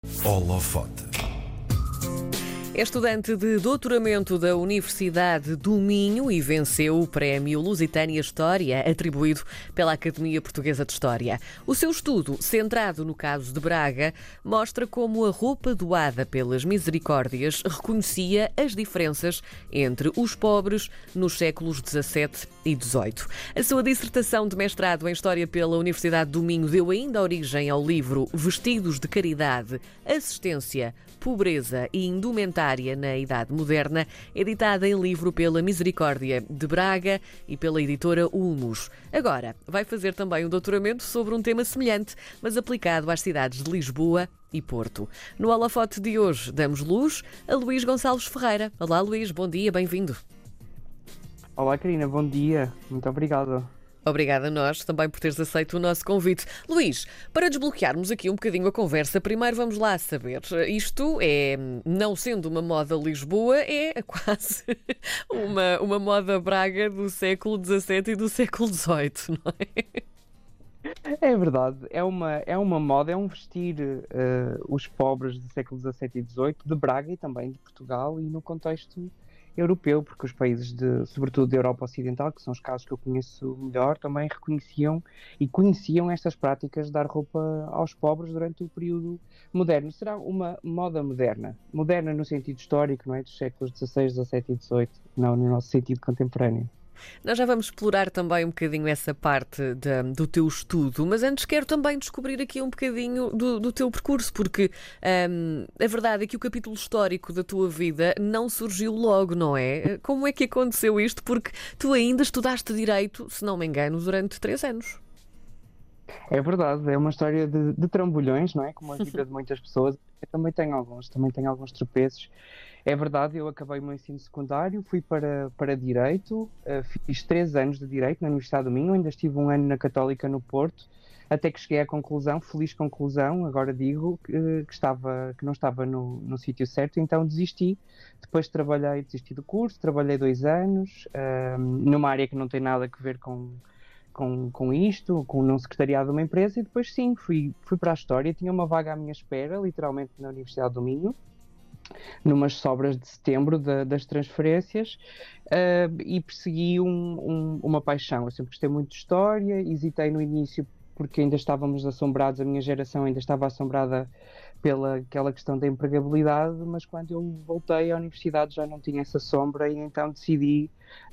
Holofote. É estudante de doutoramento da Universidade do Minho e venceu o Prémio Lusitânia História, atribuído pela Academia Portuguesa de História. O seu estudo, centrado no caso de Braga, mostra como a roupa doada pelas Misericórdias reconhecia as diferenças entre os pobres nos séculos XVII e XVIII. A sua dissertação de mestrado em História pela Universidade do Minho deu ainda origem ao livro Vestidos de Caridade, Assistência, Pobreza e Indumentária na Idade Moderna, editada em livro pela Misericórdia de Braga e pela editora Ulmus. Agora, vai fazer também um doutoramento sobre um tema semelhante, mas aplicado às cidades de Lisboa e Porto. No holofote de hoje, damos luz a Luís Gonçalves Ferreira. Olá, Luís, bom dia, bem-vindo. Olá, Karina, bom dia. Muito obrigado. Obrigada a nós também por teres aceito o nosso convite. Luís, para desbloquearmos aqui um bocadinho a conversa, primeiro vamos lá saber. Isto é, não sendo uma moda Lisboa, é quase uma moda Braga do século XVII e do século XVIII, não é? É verdade, é uma moda, é um vestir os pobres do século XVII e XVIII, de Braga e também de Portugal e no contexto europeu, porque os países, sobretudo da Europa Ocidental, que são os casos que eu conheço melhor, também reconheciam e conheciam estas práticas de dar roupa aos pobres durante o período moderno. Será uma moda moderna? Moderna no sentido histórico, não é? Dos séculos XVI, XVII e XVIII, não no nosso sentido contemporâneo. Nós já vamos explorar também um bocadinho essa parte do teu estudo, mas antes quero também descobrir aqui um bocadinho do teu percurso, porque a verdade é que o capítulo histórico da tua vida não surgiu logo, não é? Como é que aconteceu isto? Porque tu ainda estudaste Direito, se não me engano, durante 3 anos. É verdade, é uma história de trambolhões, não é? Como a vida de muitas pessoas. Eu também tenho alguns tropeços. É verdade, eu acabei o meu ensino secundário, fui para Direito, fiz 3 anos de Direito na Universidade do Minho, ainda estive 1 ano na Católica no Porto, até que cheguei à conclusão, feliz conclusão, agora digo, que não estava no sítio certo, então desisti. Depois desisti do curso, trabalhei 2 anos, numa área que não tem nada a ver com isto, com um secretariado de uma empresa, e depois sim, fui para a História, tinha uma vaga à minha espera, literalmente na Universidade do Minho, numas sobras de setembro das transferências, e persegui uma paixão. Eu sempre gostei muito de história, hesitei no início porque ainda estávamos assombrados, a minha geração ainda estava assombrada pela aquela questão da empregabilidade, mas quando eu voltei à universidade já não tinha essa sombra e então decidi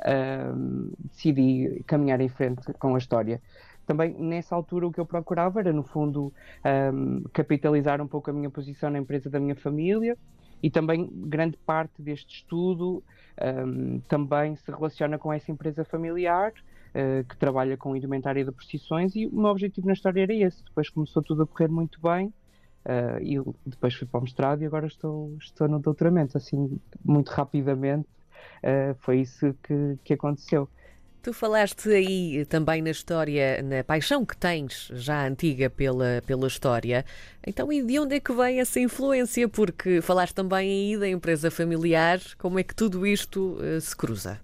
caminhar em frente com a história. Também nessa altura o que eu procurava era, no fundo, capitalizar um pouco a minha posição na empresa da minha família. E também grande parte deste estudo também se relaciona com essa empresa familiar que trabalha com indumentária de procissões, e o meu objetivo na história era esse. Depois começou tudo a correr muito bem e depois fui para o mestrado e agora estou no doutoramento, assim, muito rapidamente. Foi isso que aconteceu. Tu falaste aí também na história, na paixão que tens já antiga pela história. Então, e de onde é que vem essa influência? Porque falaste também aí da empresa familiar. Como é que tudo isto se cruza?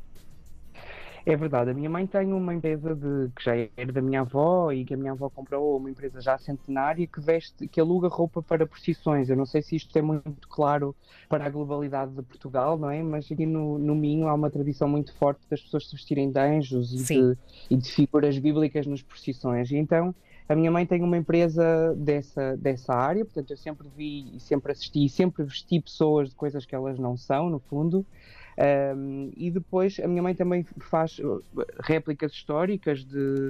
É verdade, a minha mãe tem uma empresa que já era da minha avó e que a minha avó comprou, uma empresa já centenária que aluga roupa para procissões. Eu não sei se isto é muito claro para a globalidade de Portugal, não é? Mas aqui no Minho há uma tradição muito forte das pessoas se vestirem de anjos e de figuras bíblicas nas procissões. E então a minha mãe tem uma empresa dessa área, portanto eu sempre vi e sempre assisti e sempre vesti pessoas de coisas que elas não são, no fundo. E depois a minha mãe também faz réplicas históricas,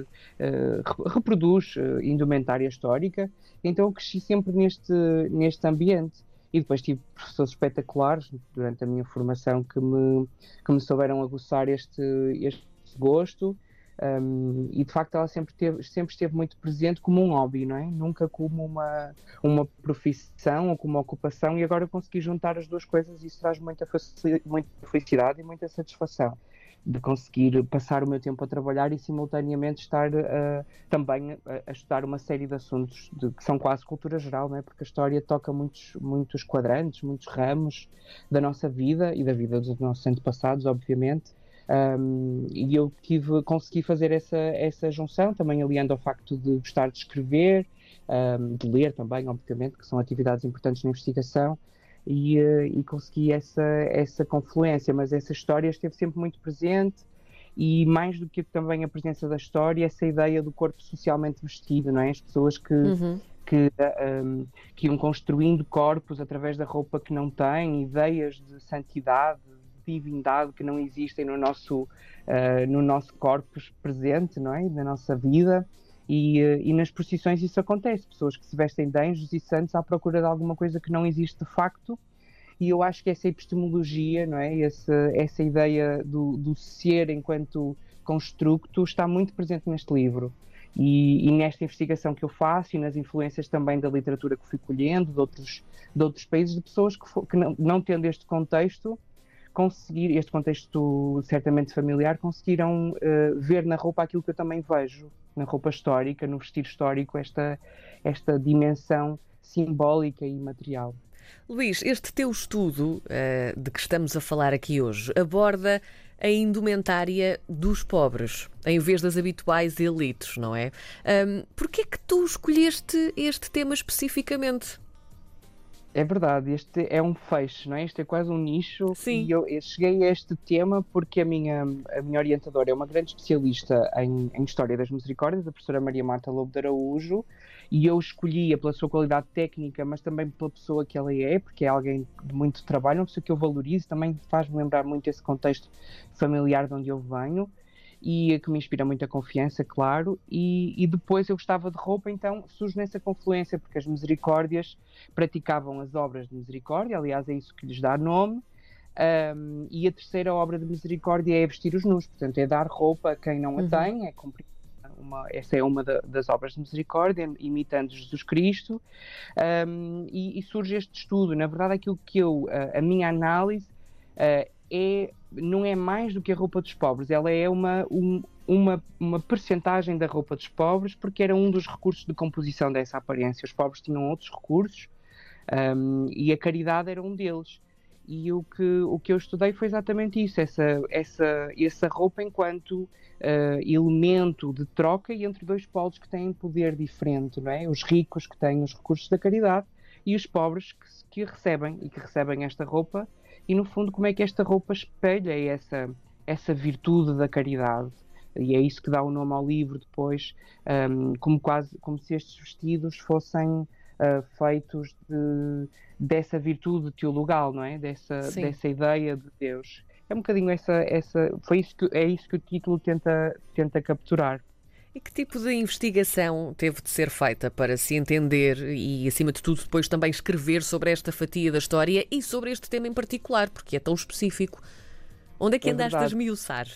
reproduz indumentária histórica, então eu cresci sempre neste ambiente. E depois tive professores espetaculares durante a minha formação que me souberam aguçar este gosto. E de facto ela sempre esteve muito presente como um hobby, não é? Nunca como uma profissão ou como uma ocupação, e agora eu consegui juntar as duas coisas e isso traz muita felicidade e muita satisfação de conseguir passar o meu tempo a trabalhar e simultaneamente estar também a estudar uma série de assuntos que são quase cultura geral, não é? Porque a história toca muitos quadrantes, muitos ramos da nossa vida e da vida dos nossos antepassados, obviamente. E eu consegui fazer essa junção, também aliando ao facto de gostar de escrever de ler também, obviamente, que são atividades importantes na investigação, e consegui essa confluência, mas essa história esteve sempre muito presente. E mais do que também a presença da história, essa ideia do corpo socialmente vestido, não é? As pessoas que iam construindo corpos através da roupa que não têm, ideias de santidade, de divindade que não existem no nosso corpo presente, não é? Na nossa vida. E nas procissões isso acontece, pessoas que se vestem de anjos e santos à procura de alguma coisa que não existe de facto. E eu acho que essa epistemologia, não é? Essa ideia do ser enquanto construto está muito presente neste livro. E nesta investigação que eu faço e nas influências também da literatura que fui colhendo, de outros países, de pessoas que não tendo este contexto certamente familiar, conseguiram ver na roupa aquilo que eu também vejo, na roupa histórica, no vestir histórico, esta dimensão simbólica e material. Luís, este teu estudo de que estamos a falar aqui hoje aborda a indumentária dos pobres, em vez das habituais elites, não é? Porquê é que tu escolheste este tema especificamente? É verdade, este é um feixe, não é? Este é quase um nicho. Sim. E eu cheguei a este tema porque a minha orientadora é uma grande especialista em História das Misericórdias, a professora Maria Marta Lobo de Araújo, e eu escolhi-a pela sua qualidade técnica, mas também pela pessoa que ela é, porque é alguém de muito trabalho, uma pessoa que eu valorizo, também faz-me lembrar muito esse contexto familiar de onde eu venho, e que me inspira muita confiança, claro, e depois eu gostava de roupa, então surge nessa confluência, porque as Misericórdias praticavam as obras de misericórdia, aliás é isso que lhes dá nome, e a terceira obra de misericórdia é vestir os nus, portanto é dar roupa a quem não a tem, é cumprir essa é uma das obras de misericórdia, imitando Jesus Cristo, e surge este estudo. Na verdade, aquilo que a minha análise não é mais do que a roupa dos pobres, ela é uma percentagem da roupa dos pobres, porque era um dos recursos de composição dessa aparência. Os pobres tinham outros recursos, e a caridade era um deles. E o que eu estudei foi exatamente isso, essa roupa enquanto elemento de troca entre dois polos que têm poder diferente, não é? Os ricos que têm os recursos da caridade e os pobres que recebem esta roupa, e no fundo como é que esta roupa espelha essa virtude da caridade. E é isso que dá o nome ao livro depois, como se estes vestidos fossem feitos dessa virtude teologal, não é? Dessa ideia de Deus. É um bocadinho é isso que o título tenta capturar. E que tipo de investigação teve de ser feita para se entender e, acima de tudo, depois também escrever sobre esta fatia da história e sobre este tema em particular, porque é tão específico? Onde é que andaste a esmiuçar?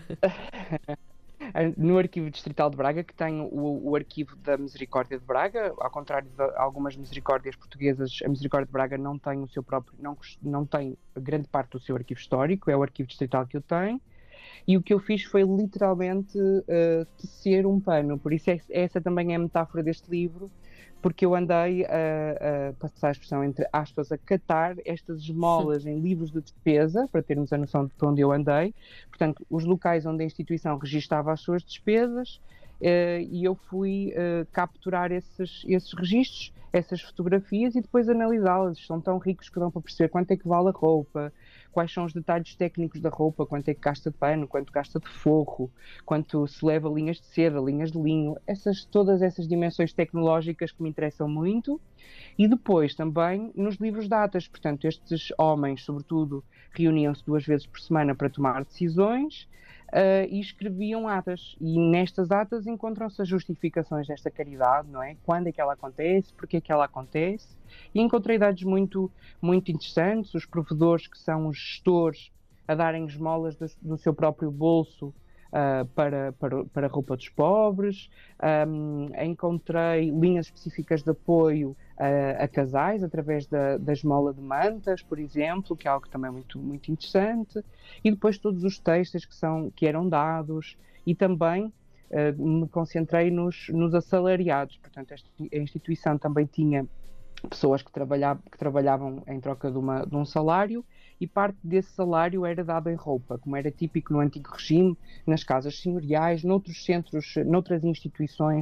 No Arquivo Distrital de Braga, que tem o Arquivo da Misericórdia de Braga, ao contrário de algumas misericórdias portuguesas, a Misericórdia de Braga não tem o seu próprio, não tem grande parte do seu arquivo histórico, é o Arquivo Distrital que o tem. E o que eu fiz foi literalmente tecer um pano, por isso essa também é a metáfora deste livro, porque eu andei a passar a expressão entre aspas, a catar estas esmolas em livros de despesa, para termos a noção de onde eu andei, portanto, os locais onde a instituição registava as suas despesas, e eu fui capturar esses registros, essas fotografias, e depois analisá-las. São tão ricos que dão para perceber quanto é que vale a roupa, quais são os detalhes técnicos da roupa, quanto é que gasta de pano, quanto gasta de forro, quanto se leva linhas de seda, linhas de linho, todas essas dimensões tecnológicas que me interessam muito. E depois também nos livros de atas, portanto estes homens, sobretudo, reuniam-se 2 vezes por semana para tomar decisões, e escreviam atas, e nestas atas encontram-se as justificações desta caridade, não é? Quando é que ela acontece, porque é que ela acontece, e encontrei dados muito, muito interessantes, os provedores que são os gestores a darem esmolas do seu próprio bolso para a roupa dos pobres, encontrei linhas específicas de apoio a casais através da esmola de mantas, por exemplo, que é algo também muito, muito interessante, e depois todos os textos que eram dados, e também me concentrei nos assalariados, portanto a instituição também tinha pessoas que trabalhavam em troca de um salário, e parte desse salário era dado em roupa, como era típico no antigo regime, nas casas senhoriais, noutros centros, noutras instituições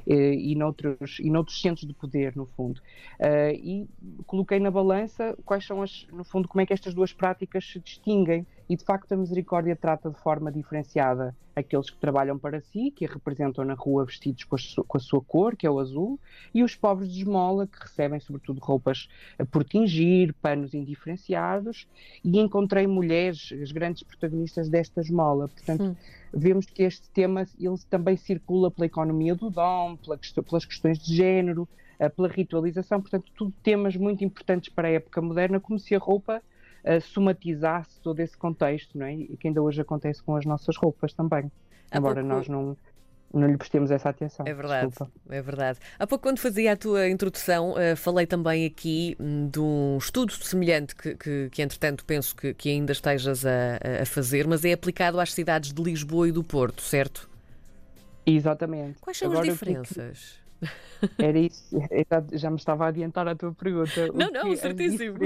e noutros centros de poder, no fundo. E coloquei na balança quais são no fundo, como é que estas duas práticas se distinguem. E, de facto, a misericórdia trata de forma diferenciada aqueles que trabalham para si, que a representam na rua vestidos com a sua cor, que é o azul, e os pobres de esmola, que recebem, sobretudo, roupas por tingir, panos indiferenciados, e encontrei mulheres, as grandes protagonistas desta esmola. Portanto, vemos que este tema ele também circula pela economia do dom, pelas questões de género, pela ritualização, portanto, tudo temas muito importantes para a época moderna, como se a roupa somatizasse todo esse contexto, não é? E que ainda hoje acontece com as nossas roupas também, embora nós não lhe prestemos essa atenção. É verdade, Desculpa. é verdade. Há pouco, quando fazia a tua introdução, falei também aqui de um estudo semelhante que entretanto, penso que ainda estejas a fazer, mas é aplicado às cidades de Lisboa e do Porto, certo? Exatamente. Quais são as diferenças? Era isso, já me estava a adiantar a tua pergunta. Não, certíssimo.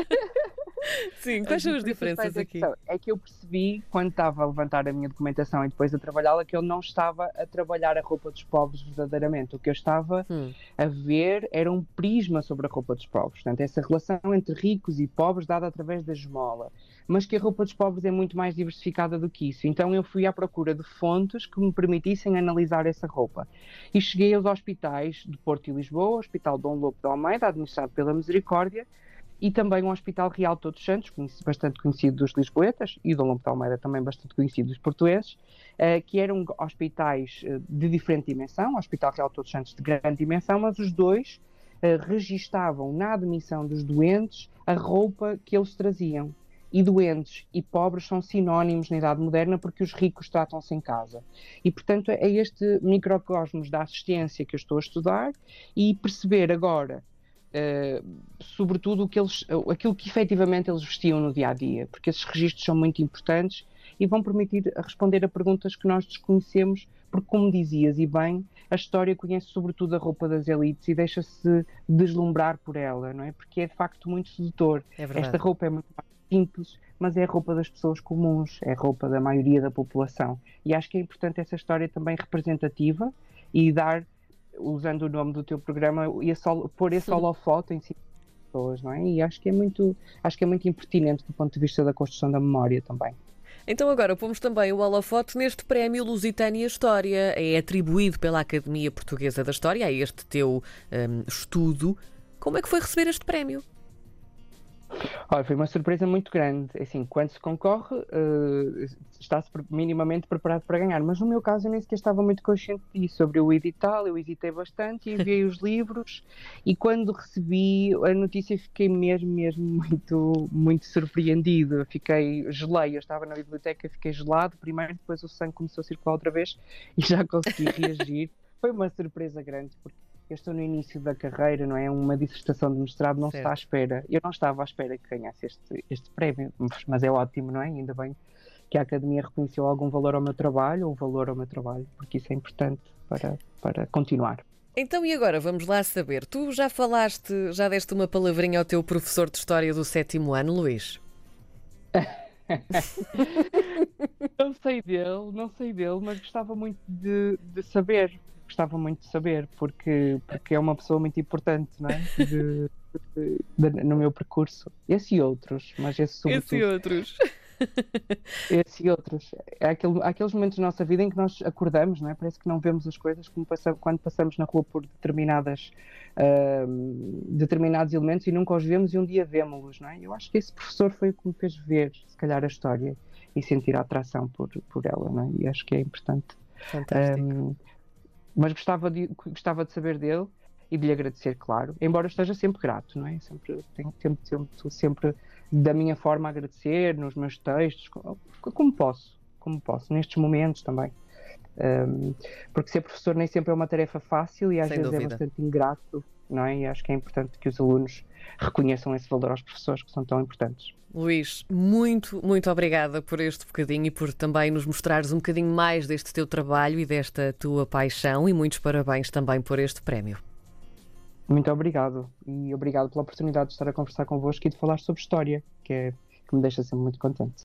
Sim, quais são as diferenças aqui? É que eu percebi, quando estava a levantar a minha documentação e depois a trabalhá-la, que eu não estava a trabalhar a roupa dos povos verdadeiramente. O que eu estava a ver era um prisma sobre a roupa dos povos. Portanto, essa relação entre ricos e pobres dada através da esmola. Mas que a roupa dos pobres é muito mais diversificada do que isso. Então eu fui à procura de fontes que me permitissem analisar essa roupa. E cheguei aos hospitais de Porto e Lisboa, o Hospital Dom Lopo de Almeida, administrado pela Misericórdia, e também um Hospital Real de Todos os Santos, bastante conhecido dos lisboetas, e o Dom Lopo de Almeida também bastante conhecido dos portugueses, que eram hospitais de diferente dimensão, o Hospital Real de Todos os Santos de grande dimensão, mas os dois registavam na admissão dos doentes a roupa que eles traziam. E doentes e pobres são sinónimos na Idade Moderna porque os ricos tratam-se em casa. E, portanto, é este microcosmos da assistência que eu estou a estudar e perceber agora, sobretudo, aquilo que efetivamente eles vestiam no dia-a-dia, porque esses registros são muito importantes e vão permitir responder a perguntas que nós desconhecemos, porque, como dizias, e bem, a história conhece sobretudo a roupa das elites e deixa-se deslumbrar por ela, não é? Porque é, de facto, muito sedutor. Esta roupa é muito mais simples, mas é a roupa das pessoas comuns, é a roupa da maioria da população. E acho que é importante essa história também representativa e dar, usando o nome do teu programa, pôr esse holofote em cima das pessoas, não é? E acho que é muito impertinente do ponto de vista da construção da memória também. Então agora pomos também o holofote neste prémio Lusitânia História. É atribuído pela Academia Portuguesa da História a este teu estudo. Como é que foi receber este prémio? Olha, foi uma surpresa muito grande. Assim, quando se concorre, está-se minimamente preparado para ganhar. Mas no meu caso, eu nem sequer estava muito consciente disso. Sobre o edital, eu hesitei bastante e enviei os livros. E quando recebi a notícia, fiquei mesmo muito, muito surpreendido. Gelei. Eu estava na biblioteca, fiquei gelado primeiro, depois o sangue começou a circular outra vez e já consegui reagir. Foi uma surpresa grande, porque eu estou no início da carreira, não é? Uma dissertação de mestrado não se está à espera. Eu não estava à espera que ganhasse este prémio, mas é ótimo, não é? Ainda bem que a Academia reconheceu algum valor ao meu trabalho, ou valor ao meu trabalho, porque isso é importante para continuar. Então, e agora vamos lá saber. Tu já deste uma palavrinha ao teu professor de História do 7º ano, Luís? Não sei dele, mas gostava muito de saber. Gostava muito de saber, porque é uma pessoa muito importante, não é? No meu percurso. Esse e outros, mas esse sobretudo. Esse e outros. Há aqueles momentos da nossa vida em que nós acordamos, não é? Parece que não vemos as coisas quando passamos na rua por determinados elementos e nunca os vemos e um dia vemos-los, não é? Eu acho que esse professor foi o que me fez ver, se calhar, a história e sentir a atração por ela, não é? E acho que é importante. Fantástico. Mas gostava de saber dele e de lhe agradecer, claro, embora eu esteja sempre grato, não é? Tento sempre da minha forma a agradecer, nos meus textos, como posso, nestes momentos também. Porque ser professor nem sempre é uma tarefa fácil e às vezes é bastante ingrato, não é? E acho que é importante que os alunos reconheçam esse valor aos professores que são tão importantes. Luís, muito obrigada por este bocadinho e por também nos mostrares um bocadinho mais deste teu trabalho e desta tua paixão, e muitos parabéns também por este prémio. Muito obrigado e obrigado pela oportunidade de estar a conversar convosco e de falar sobre história, que me deixa sempre muito contente.